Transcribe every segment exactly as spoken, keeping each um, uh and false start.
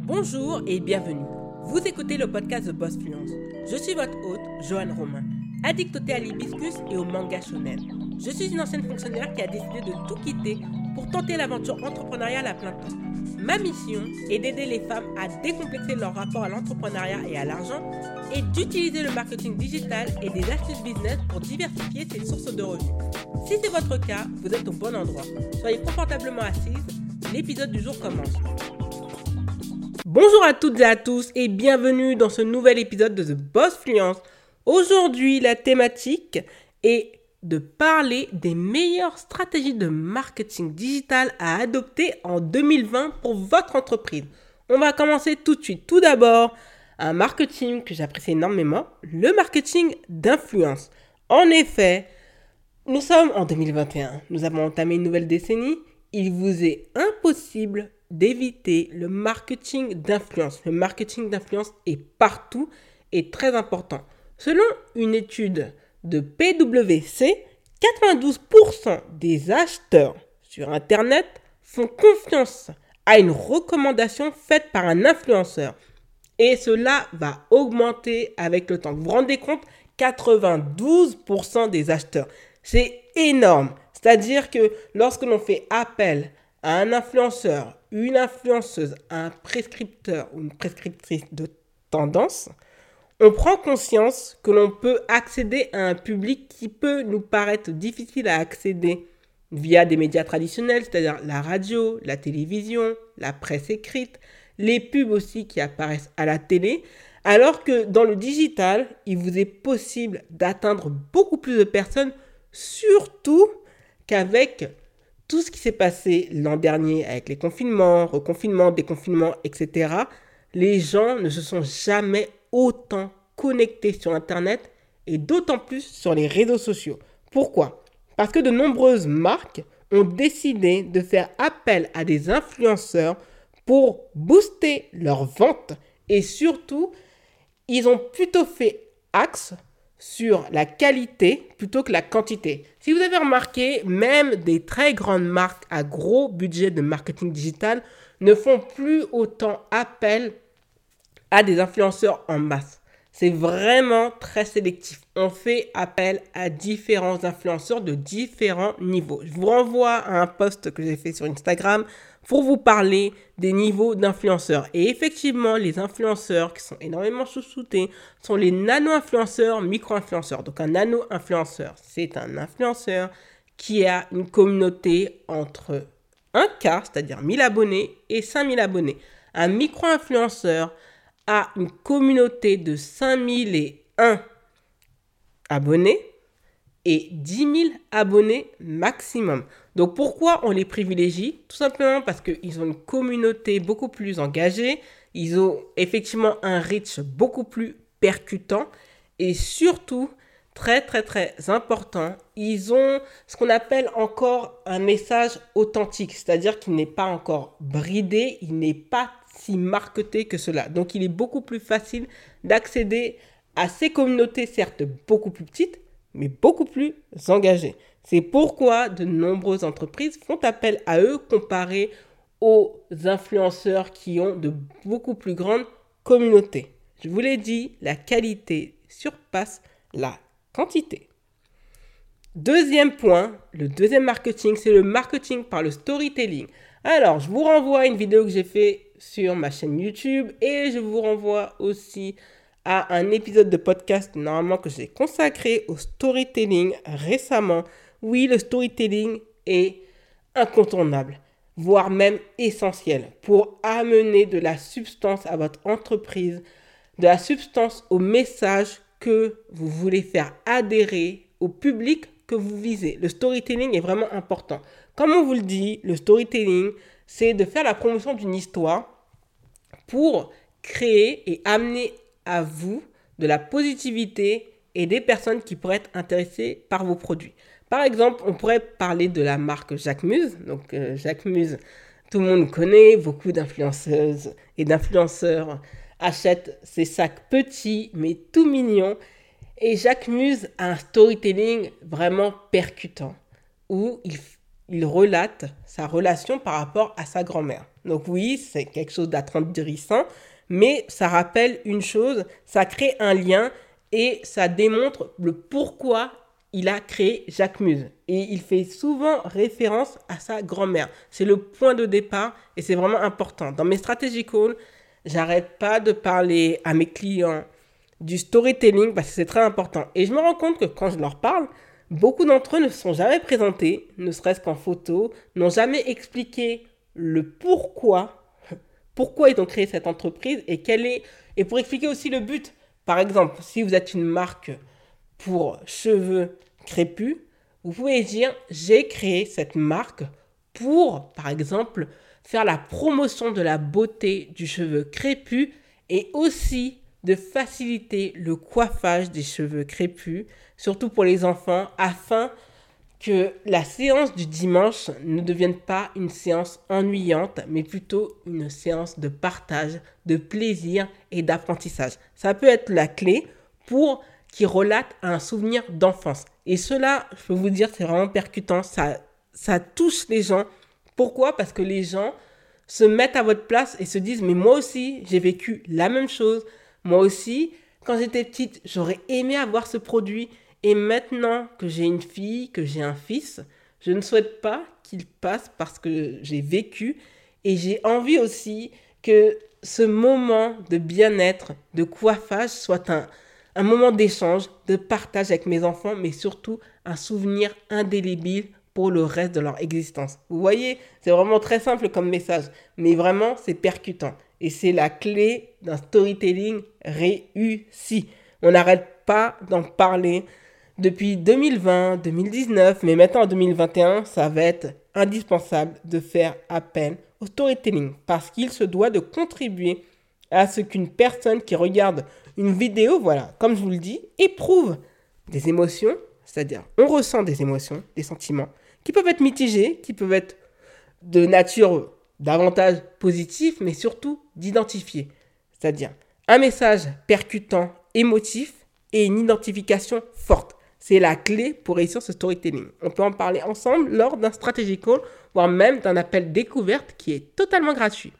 Bonjour et bienvenue. Vous écoutez le podcast de Boss Fluence. Je suis votre hôte, Joanne Romain, addict au thé à l'hibiscus et au manga shonen. Je suis une ancienne fonctionnaire qui a décidé de tout quitter pour tenter l'aventure entrepreneuriale à plein temps. Ma mission est d'aider les femmes à décomplexer leur rapport à l'entrepreneuriat et à l'argent et d'utiliser le marketing digital et des astuces business pour diversifier ses sources de revenus. Si c'est votre cas, vous êtes au bon endroit. Soyez confortablement assise, l'épisode du jour commence. Bonjour à toutes et à tous et bienvenue dans ce nouvel épisode de The Boss Fluence. Aujourd'hui, la thématique est de parler des meilleures stratégies de marketing digital à adopter en deux mille vingt pour votre entreprise. On va commencer tout de suite. Tout d'abord, un marketing que j'apprécie énormément, le marketing d'influence. En effet, nous sommes en deux mille vingt et un. Nous avons entamé une nouvelle décennie. Il vous est impossible d'éviter le marketing d'influence. Le marketing d'influence est partout et très important. Selon une étude de P W C, quatre-vingt-douze pour cent des acheteurs sur Internet font confiance à une recommandation faite par un influenceur. Et cela va augmenter avec le temps. Vous vous rendez compte ? quatre-vingt-douze pour cent des acheteurs. C'est énorme. C'est-à-dire que lorsque l'on fait appel à un influenceur, une influenceuse, un prescripteur ou une prescriptrice de tendance, on prend conscience que l'on peut accéder à un public qui peut nous paraître difficile à accéder via des médias traditionnels, c'est-à-dire la radio, la télévision, la presse écrite, les pubs aussi qui apparaissent à la télé, alors que dans le digital, il vous est possible d'atteindre beaucoup plus de personnes, surtout qu'avec tout ce qui s'est passé l'an dernier avec les confinements, reconfinements, déconfinements, et cetera, les gens ne se sont jamais autant connectés sur Internet et d'autant plus sur les réseaux sociaux. Pourquoi ? Parce que de nombreuses marques ont décidé de faire appel à des influenceurs pour booster leurs ventes et surtout, ils ont plutôt fait axe sur la qualité plutôt que la quantité. Si vous avez remarqué, même des très grandes marques à gros budget de marketing digital ne font plus autant appel à des influenceurs en masse. C'est vraiment très sélectif. On fait appel à différents influenceurs de différents niveaux. Je vous renvoie à un post que j'ai fait sur Instagram pour vous parler des niveaux d'influenceurs. Et effectivement, les influenceurs qui sont énormément chouchoutés sont les nano-influenceurs, micro-influenceurs. Donc un nano-influenceur, c'est un influenceur qui a une communauté entre un K, c'est-à-dire mille abonnés, et cinq mille abonnés. Un micro-influenceur a une communauté de cinq mille et un abonnés et dix mille abonnés maximum. Donc pourquoi on les privilégie ? Tout simplement parce qu'ils ont une communauté beaucoup plus engagée, ils ont effectivement un reach beaucoup plus percutant et surtout, très très très important, ils ont ce qu'on appelle encore un message authentique, c'est-à-dire qu'il n'est pas encore bridé, il n'est pas si marketé que cela. Donc il est beaucoup plus facile d'accéder à ces communautés, certes beaucoup plus petites, mais beaucoup plus engagées. C'est pourquoi de nombreuses entreprises font appel à eux comparé aux influenceurs qui ont de beaucoup plus grandes communautés. Je vous l'ai dit, la qualité surpasse la quantité. Deuxième point, le deuxième marketing, c'est le marketing par le storytelling. Alors, je vous renvoie à une vidéo que j'ai faite sur ma chaîne YouTube et je vous renvoie aussi à un épisode de podcast normalement que j'ai consacré au storytelling récemment. Oui, le storytelling est incontournable, voire même essentiel pour amener de la substance à votre entreprise, de la substance au message que vous voulez faire adhérer au public que vous visez. Le storytelling est vraiment important. Comme on vous le dit, le storytelling, c'est de faire la promotion d'une histoire pour créer et amener à vous de la positivité et des personnes qui pourraient être intéressées par vos produits. Par exemple, on pourrait parler de la marque Jacquemus. Donc, euh, Jacquemus, tout le monde connaît, beaucoup d'influenceuses et d'influenceurs achètent ces sacs petits mais tout mignons. Et Jacquemus a un storytelling vraiment percutant où il il relate sa relation par rapport à sa grand-mère. Donc oui, c'est quelque chose d'attendrissant, mais ça rappelle une chose, ça crée un lien et ça démontre le pourquoi il a créé Jacquemus. Et il fait souvent référence à sa grand-mère. C'est le point de départ et c'est vraiment important. Dans mes strategy calls, j'arrête pas de parler à mes clients du storytelling parce que c'est très important. Et je me rends compte que quand je leur parle, beaucoup d'entre eux ne se sont jamais présentés, ne serait-ce qu'en photo, n'ont jamais expliqué le pourquoi, pourquoi ils ont créé cette entreprise et quel est, et pour expliquer aussi le but. Par exemple, si vous êtes une marque pour cheveux crépus, vous pouvez dire j'ai créé cette marque pour, par exemple, faire la promotion de la beauté du cheveu crépus et aussi de faciliter le coiffage des cheveux crépus, surtout pour les enfants, afin que la séance du dimanche ne devienne pas une séance ennuyante, mais plutôt une séance de partage, de plaisir et d'apprentissage. Ça peut être la clé pour qui relate un souvenir d'enfance. Et cela, je peux vous dire, c'est vraiment percutant. Ça, ça touche les gens. Pourquoi ? Parce que les gens se mettent à votre place et se disent « Mais moi aussi, j'ai vécu la même chose. Moi aussi, quand j'étais petite, j'aurais aimé avoir ce produit. Et maintenant que j'ai une fille, que j'ai un fils, je ne souhaite pas qu'il passe parce que j'ai vécu. Et j'ai envie aussi que ce moment de bien-être, de coiffage soit un... un moment d'échange, de partage avec mes enfants, mais surtout un souvenir indélébile pour le reste de leur existence. Vous voyez, c'est vraiment très simple comme message, mais vraiment, c'est percutant. Et c'est la clé d'un storytelling réussi. On n'arrête pas d'en parler depuis deux mille vingt, deux mille dix-neuf, mais maintenant en deux mille vingt et un, ça va être indispensable de faire appel au storytelling parce qu'il se doit de contribuer à ce qu'une personne qui regarde une vidéo, voilà, comme je vous le dis, éprouve des émotions, c'est-à-dire on ressent des émotions, des sentiments, qui peuvent être mitigés, qui peuvent être de nature davantage positive, mais surtout d'identifier. C'est-à-dire un message percutant, émotif et une identification forte. C'est la clé pour réussir ce storytelling. On peut en parler ensemble lors d'un strategy call, voire même d'un appel découverte qui est totalement gratuit.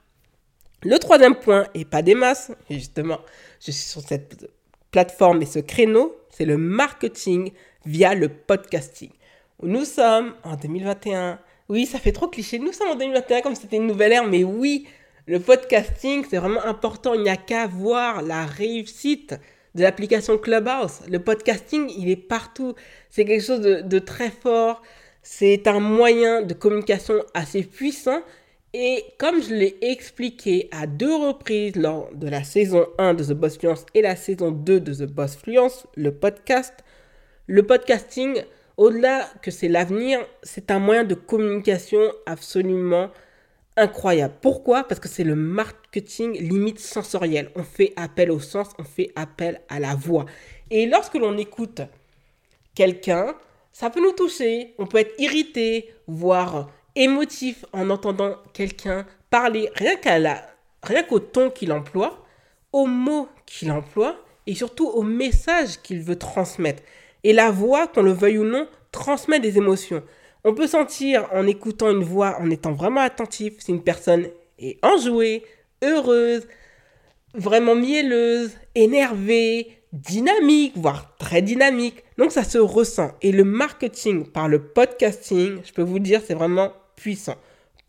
Le troisième point, et pas des masses, et justement, je suis sur cette plateforme et ce créneau, c'est le marketing via le podcasting. Nous sommes en deux mille vingt et un. Oui, ça fait trop cliché. Nous sommes en deux mille vingt et un comme si c'était une nouvelle ère, mais oui, le podcasting, c'est vraiment important. Il n'y a qu'à voir la réussite de l'application Clubhouse. Le podcasting, il est partout. C'est quelque chose de, de très fort. C'est un moyen de communication assez puissant. Et comme je l'ai expliqué à deux reprises lors de la saison un de The Boss Fluence et la saison deux de The Boss Fluence, le podcast, le podcasting, au-delà que c'est l'avenir, c'est un moyen de communication absolument incroyable. Pourquoi ? Parce que c'est le marketing limite sensoriel. On fait appel au sens, on fait appel à la voix. Et lorsque l'on écoute quelqu'un, ça peut nous toucher. On peut être irrité, voire émotif en entendant quelqu'un parler, rien qu'à la, rien qu'au ton qu'il emploie, aux mots qu'il emploie et surtout au message qu'il veut transmettre. Et la voix, qu'on le veuille ou non, transmet des émotions. On peut sentir en écoutant une voix, en étant vraiment attentif, si une personne est enjouée, heureuse, vraiment mielleuse, énervée, dynamique, voire très dynamique. Donc ça se ressent. Et le marketing par le podcasting, je peux vous dire, c'est vraiment puissant. Pourquoi ?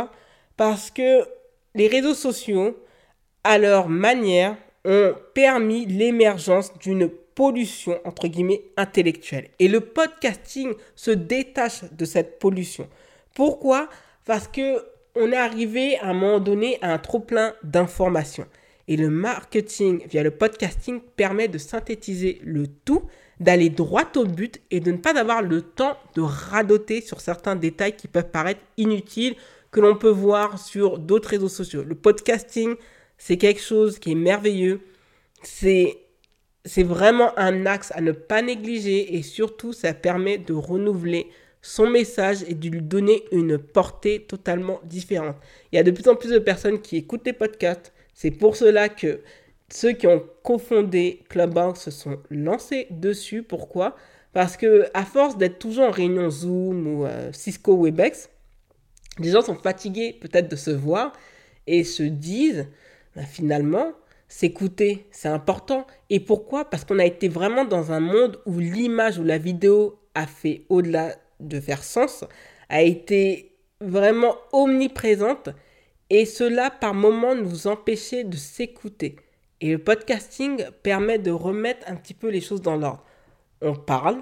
Parce que les réseaux sociaux, à leur manière, ont permis l'émergence d'une pollution, entre guillemets, intellectuelle. Et le podcasting se détache de cette pollution. Pourquoi ? Parce que on est arrivé à un moment donné à un trop-plein d'informations. Et le marketing via le podcasting permet de synthétiser le tout, d'aller droit au but et de ne pas avoir le temps de radoter sur certains détails qui peuvent paraître inutiles, que l'on peut voir sur d'autres réseaux sociaux. Le podcasting, c'est quelque chose qui est merveilleux. C'est, c'est vraiment un axe à ne pas négliger et surtout, ça permet de renouveler son message et de lui donner une portée totalement différente. Il y a de plus en plus de personnes qui écoutent les podcasts. C'est pour cela que ceux qui ont cofondé Clubhouse se sont lancés dessus. Pourquoi ? Parce que à force d'être toujours en réunion Zoom ou euh, Cisco Webex, les gens sont fatigués peut-être de se voir et se disent, bah, finalement, s'écouter, c'est important. Et pourquoi? Parce qu'on a été vraiment dans un monde où l'image ou la vidéo a fait, au-delà de faire sens, a été vraiment omniprésente et cela par moments nous empêchait de s'écouter. Et le podcasting permet de remettre un petit peu les choses dans l'ordre. On parle,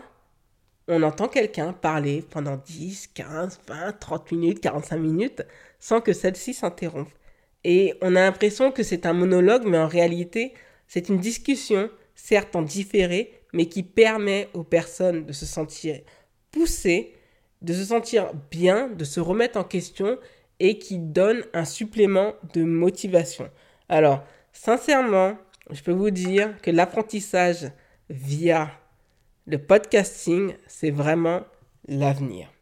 on entend quelqu'un parler pendant dix, quinze, vingt, trente minutes, quarante-cinq minutes sans que celle-ci s'interrompe. Et on a l'impression que c'est un monologue, mais en réalité, c'est une discussion, certes en différé, mais qui permet aux personnes de se sentir poussées, de se sentir bien, de se remettre en question et qui donne un supplément de motivation. Alors, sincèrement, je peux vous dire que l'apprentissage via le podcasting, c'est vraiment l'avenir.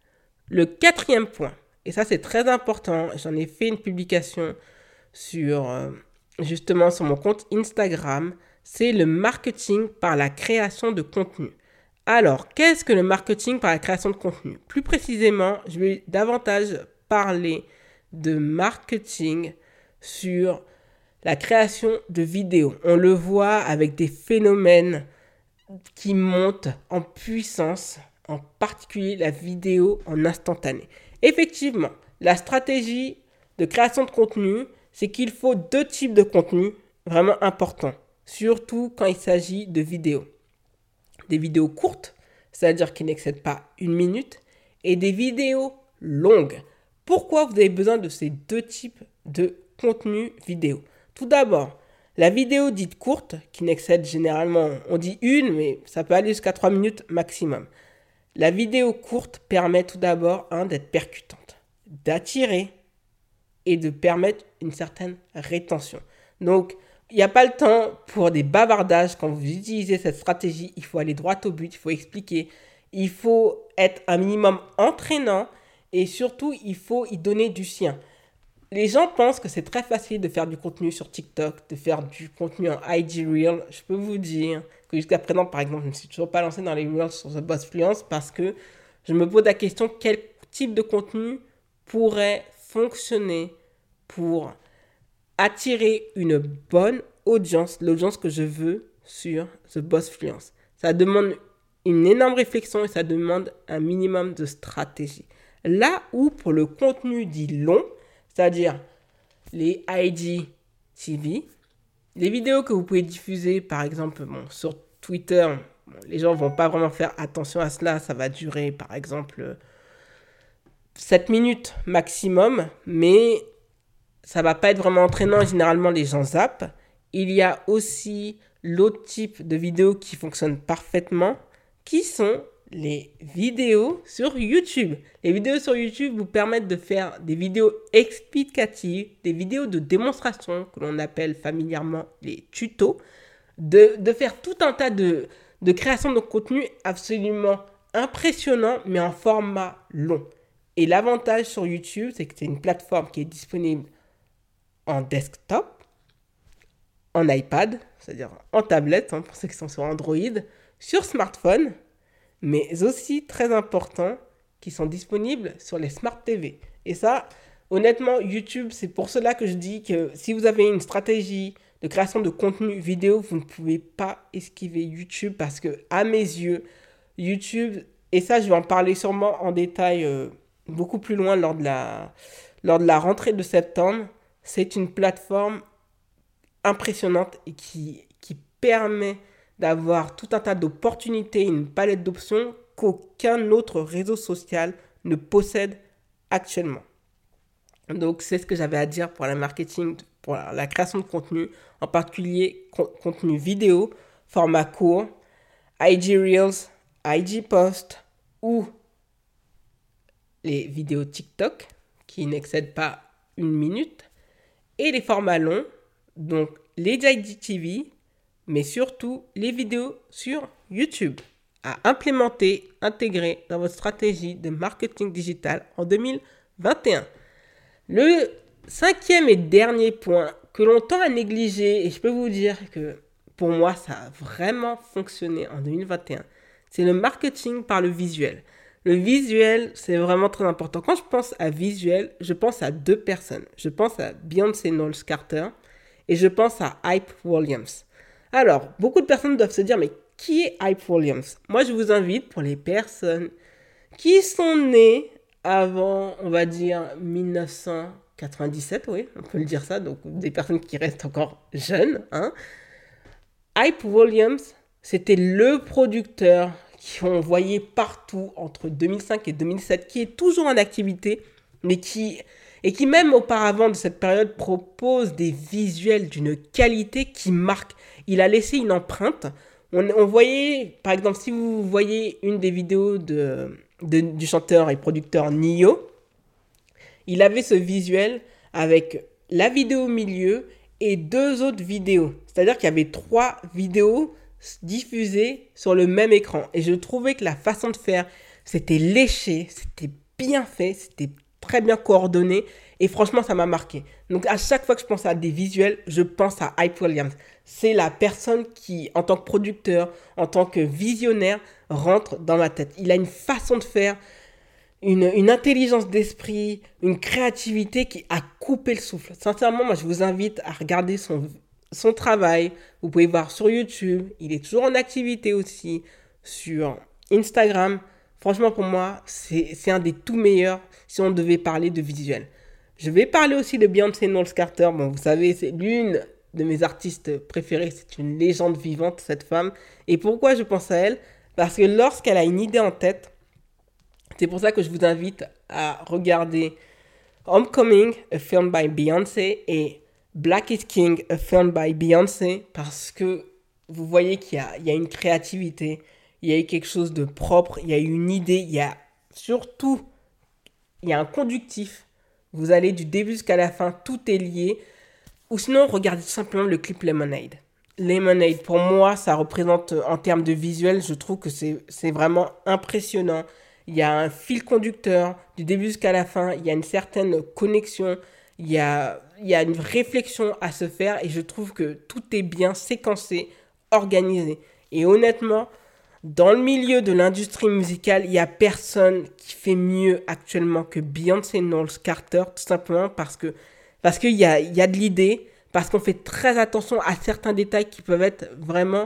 Le quatrième point, et ça c'est très important, j'en ai fait une publication sur euh, justement sur mon compte Instagram, c'est le marketing par la création de contenu. Alors, qu'est-ce que le marketing par la création de contenu? Plus précisément, je vais davantage parler de marketing sur la création de vidéos. On le voit avec des phénomènes qui montent en puissance, en particulier la vidéo en instantané. Effectivement, la stratégie de création de contenu, c'est qu'il faut deux types de contenu vraiment importants, surtout quand il s'agit de vidéos. Des vidéos courtes, c'est-à-dire qui n'excèdent pas une minute, et des vidéos longues. Pourquoi vous avez besoin de ces deux types de contenu vidéo? Tout d'abord, la vidéo dite courte, qui n'excède généralement, on dit une, mais ça peut aller jusqu'à trois minutes maximum. La vidéo courte permet tout d'abord hein, d'être percutante, d'attirer et de permettre une certaine rétention. Donc, il n'y a pas le temps pour des bavardages. Quand vous utilisez cette stratégie, il faut aller droit au but, il faut expliquer, il faut être un minimum entraînant et surtout, il faut y donner du sien. Les gens pensent que c'est très facile de faire du contenu sur TikTok, de faire du contenu en I G Reel. Je peux vous dire que jusqu'à présent, par exemple, je ne me suis toujours pas lancé dans les Reels sur The Boss Fluence parce que je me pose la question quel type de contenu pourrait fonctionner pour attirer une bonne audience, l'audience que je veux sur The Boss Fluence. Ça demande une énorme réflexion et ça demande un minimum de stratégie. Là où pour le contenu dit long, c'est-à-dire les I G T V, les vidéos que vous pouvez diffuser, par exemple, bon, sur Twitter, bon, les gens ne vont pas vraiment faire attention à cela, ça va durer, par exemple, sept minutes maximum, mais ça ne va pas être vraiment entraînant, généralement les gens zappent. Il y a aussi l'autre type de vidéos qui fonctionnent parfaitement, qui sont les vidéos sur YouTube. Les vidéos sur YouTube vous permettent de faire des vidéos explicatives, des vidéos de démonstration que l'on appelle familièrement les tutos, de, de faire tout un tas de, de créations de contenu absolument impressionnant mais en format long. Et l'avantage sur YouTube, c'est que c'est une plateforme qui est disponible en desktop, en iPad, c'est-à-dire en tablette, hein, pour ceux qui sont sur Android, sur smartphone, mais aussi, très important, qui sont disponibles sur les Smart T V. Et ça, honnêtement, YouTube, c'est pour cela que je dis que si vous avez une stratégie de création de contenu vidéo, vous ne pouvez pas esquiver YouTube parce que, à mes yeux, YouTube, et ça, je vais en parler sûrement en détail euh, beaucoup plus loin lors de la, lors de la rentrée de septembre, c'est une plateforme impressionnante et qui, qui permet d'avoir tout un tas d'opportunités, une palette d'options qu'aucun autre réseau social ne possède actuellement. Donc, c'est ce que j'avais à dire pour le marketing, pour la création de contenu, en particulier co- contenu vidéo, format court, I G Reels, I G Post ou les vidéos TikTok qui n'excèdent pas une minute et les formats longs, donc les I G T V, mais surtout les vidéos sur YouTube à implémenter, intégrer dans votre stratégie de marketing digital en deux mille vingt et un. Le cinquième et dernier point que l'on tend à négliger, et je peux vous dire que pour moi ça a vraiment fonctionné en deux mille vingt et un, c'est le marketing par le visuel. Le visuel, c'est vraiment très important. Quand je pense à visuel, je pense à deux personnes. Je pense à Beyoncé Knowles Carter et je pense à Hype Williams. Alors, beaucoup de personnes doivent se dire, mais qui est Hype Williams? Moi, je vous invite, pour les personnes qui sont nées avant, on va dire, dix-neuf cent quatre-vingt-dix-sept, oui, on peut le dire ça, donc des personnes qui restent encore jeunes, hein. Hype Williams, c'était le producteur qu'on voyait partout entre deux mille cinq et deux mille sept, qui est toujours en activité, mais qui, et qui même auparavant de cette période propose des visuels d'une qualité qui marque. Il a laissé une empreinte. On, on voyait, par exemple, si vous voyez une des vidéos de, de, du chanteur et producteur Nio, il avait ce visuel avec la vidéo au milieu et deux autres vidéos. C'est-à-dire qu'il y avait trois vidéos diffusées sur le même écran. Et je trouvais que la façon de faire, c'était léché, c'était bien fait, c'était très bien coordonné. Et franchement, ça m'a marqué. Donc, à chaque fois que je pense à des visuels, je pense à Hype Williams. C'est la personne qui, en tant que producteur, en tant que visionnaire, rentre dans ma tête. Il a une façon de faire, une, une intelligence d'esprit, une créativité qui a coupé le souffle. Sincèrement, moi, je vous invite à regarder son, son travail. Vous pouvez voir sur YouTube. Il est toujours en activité aussi sur Instagram. Franchement, pour moi, c'est, c'est un des tout meilleurs si on devait parler de visuel. Je vais parler aussi de Beyoncé Knowles Carter. Bon, vous savez, c'est l'une de mes artistes préférées. C'est une légende vivante, cette femme. Et pourquoi je pense à elle? Parce que lorsqu'elle a une idée en tête, c'est pour ça que je vous invite à regarder Homecoming, a film by Beyoncé, et Black is King, a film by Beyoncé, parce que vous voyez qu'il y a, il y a une créativité, il y a eu quelque chose de propre, il y a eu une idée, il y a surtout, il y a un conductif. Vous allez du début jusqu'à la fin, tout est lié. Ou sinon, regardez tout simplement le clip Lemonade. Lemonade, pour moi, ça représente, en termes de visuel, je trouve que c'est, c'est vraiment impressionnant. Il y a un fil conducteur du début jusqu'à la fin. Il y a une certaine connexion. Il y a, il y a une réflexion à se faire. Et je trouve que tout est bien séquencé, organisé. Et honnêtement, dans le milieu de l'industrie musicale, il n'y a personne qui fait mieux actuellement que Beyoncé Knowles Carter, tout simplement parce que parce qu'il y a, il y a de l'idée, parce qu'on fait très attention à certains détails qui peuvent être vraiment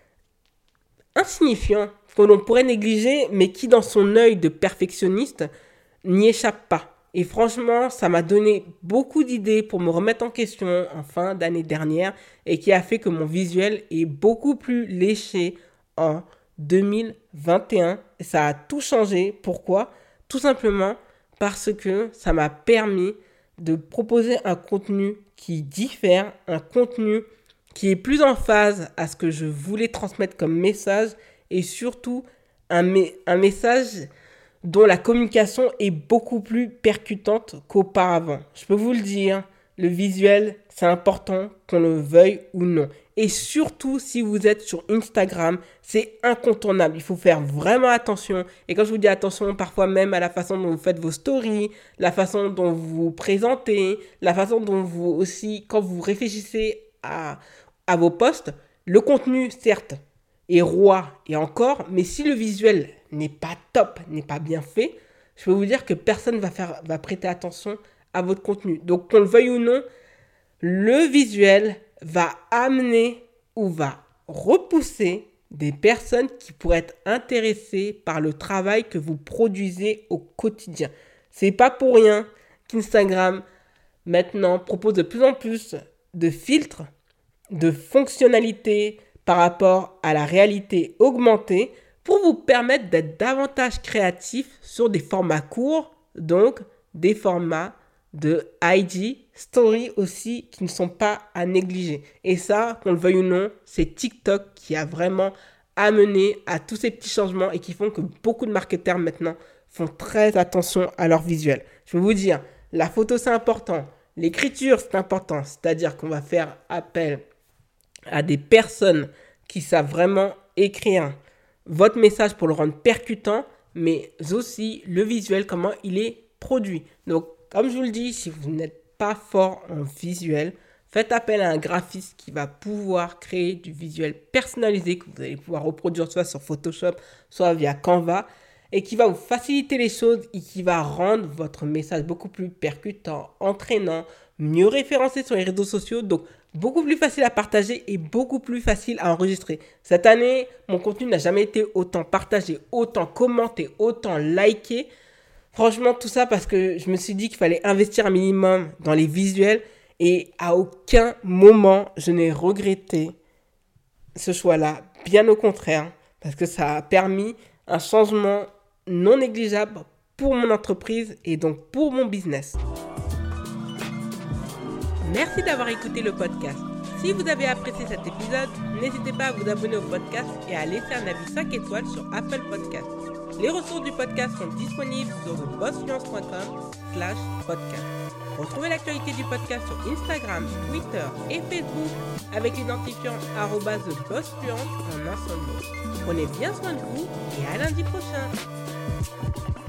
insignifiants, que l'on pourrait négliger, mais qui, dans son œil de perfectionniste, n'y échappe pas. Et franchement, ça m'a donné beaucoup d'idées pour me remettre en question en fin d'année dernière et qui a fait que mon visuel est beaucoup plus léché en deux mille vingt et un. Et ça a tout changé. Pourquoi? Tout simplement parce que ça m'a permis de proposer un contenu qui diffère, un contenu qui est plus en phase à ce que je voulais transmettre comme message et surtout un, me- un message dont la communication est beaucoup plus percutante qu'auparavant. Je peux vous le dire, le visuel, c'est important qu'on le veuille ou non. Et surtout, si vous êtes sur Instagram, c'est incontournable. Il faut faire vraiment attention. Et quand je vous dis attention, parfois même à la façon dont vous faites vos stories, la façon dont vous vous présentez, la façon dont vous aussi, quand vous réfléchissez à, à vos posts, le contenu, certes, est roi et encore, mais si le visuel n'est pas top, n'est pas bien fait, je peux vous dire que personne va faire, va prêter attention à votre contenu. Donc, qu'on le veuille ou non, le visuel va amener ou va repousser des personnes qui pourraient être intéressées par le travail que vous produisez au quotidien. C'est pas pour rien qu'Instagram maintenant propose de plus en plus de filtres, de fonctionnalités par rapport à la réalité augmentée pour vous permettre d'être davantage créatif sur des formats courts, donc des formats de I G Story aussi qui ne sont pas à négliger. Et ça, qu'on le veuille ou non, c'est TikTok qui a vraiment amené à tous ces petits changements et qui font que beaucoup de marketeurs maintenant font très attention à leur visuel. Je vais vous dire, la photo c'est important, l'écriture c'est important, c'est-à-dire qu'on va faire appel à des personnes qui savent vraiment écrire votre message pour le rendre percutant, mais aussi le visuel, comment il est produit. Donc, comme je vous le dis, si vous n'êtes pas fort en visuel, Faites appel à un graphiste qui va pouvoir créer du visuel personnalisé que vous allez pouvoir reproduire soit sur Photoshop, soit via Canva, et qui va vous faciliter les choses et qui va rendre votre message beaucoup plus percutant, entraînant, mieux référencé sur les réseaux sociaux, donc beaucoup plus facile à partager et beaucoup plus facile à enregistrer. Cette année, mon contenu n'a jamais été autant partagé, autant commenté, autant liké. Franchement, tout ça parce que je me suis dit qu'il fallait investir un minimum dans les visuels et à aucun moment je n'ai regretté ce choix-là. Bien au contraire, parce que ça a permis un changement non négligeable pour mon entreprise et donc pour mon business. Merci d'avoir écouté le podcast. Si vous avez apprécié cet épisode, n'hésitez pas à vous abonner au podcast et à laisser un avis cinq étoiles sur Apple Podcast. Les ressources du podcast sont disponibles sur the boss fluence point com slash podcast. Retrouvez l'actualité du podcast sur Instagram, Twitter et Facebook avec l'identifiant arobase the boss fluence en un seul mot. Prenez bien soin de vous et à lundi prochain.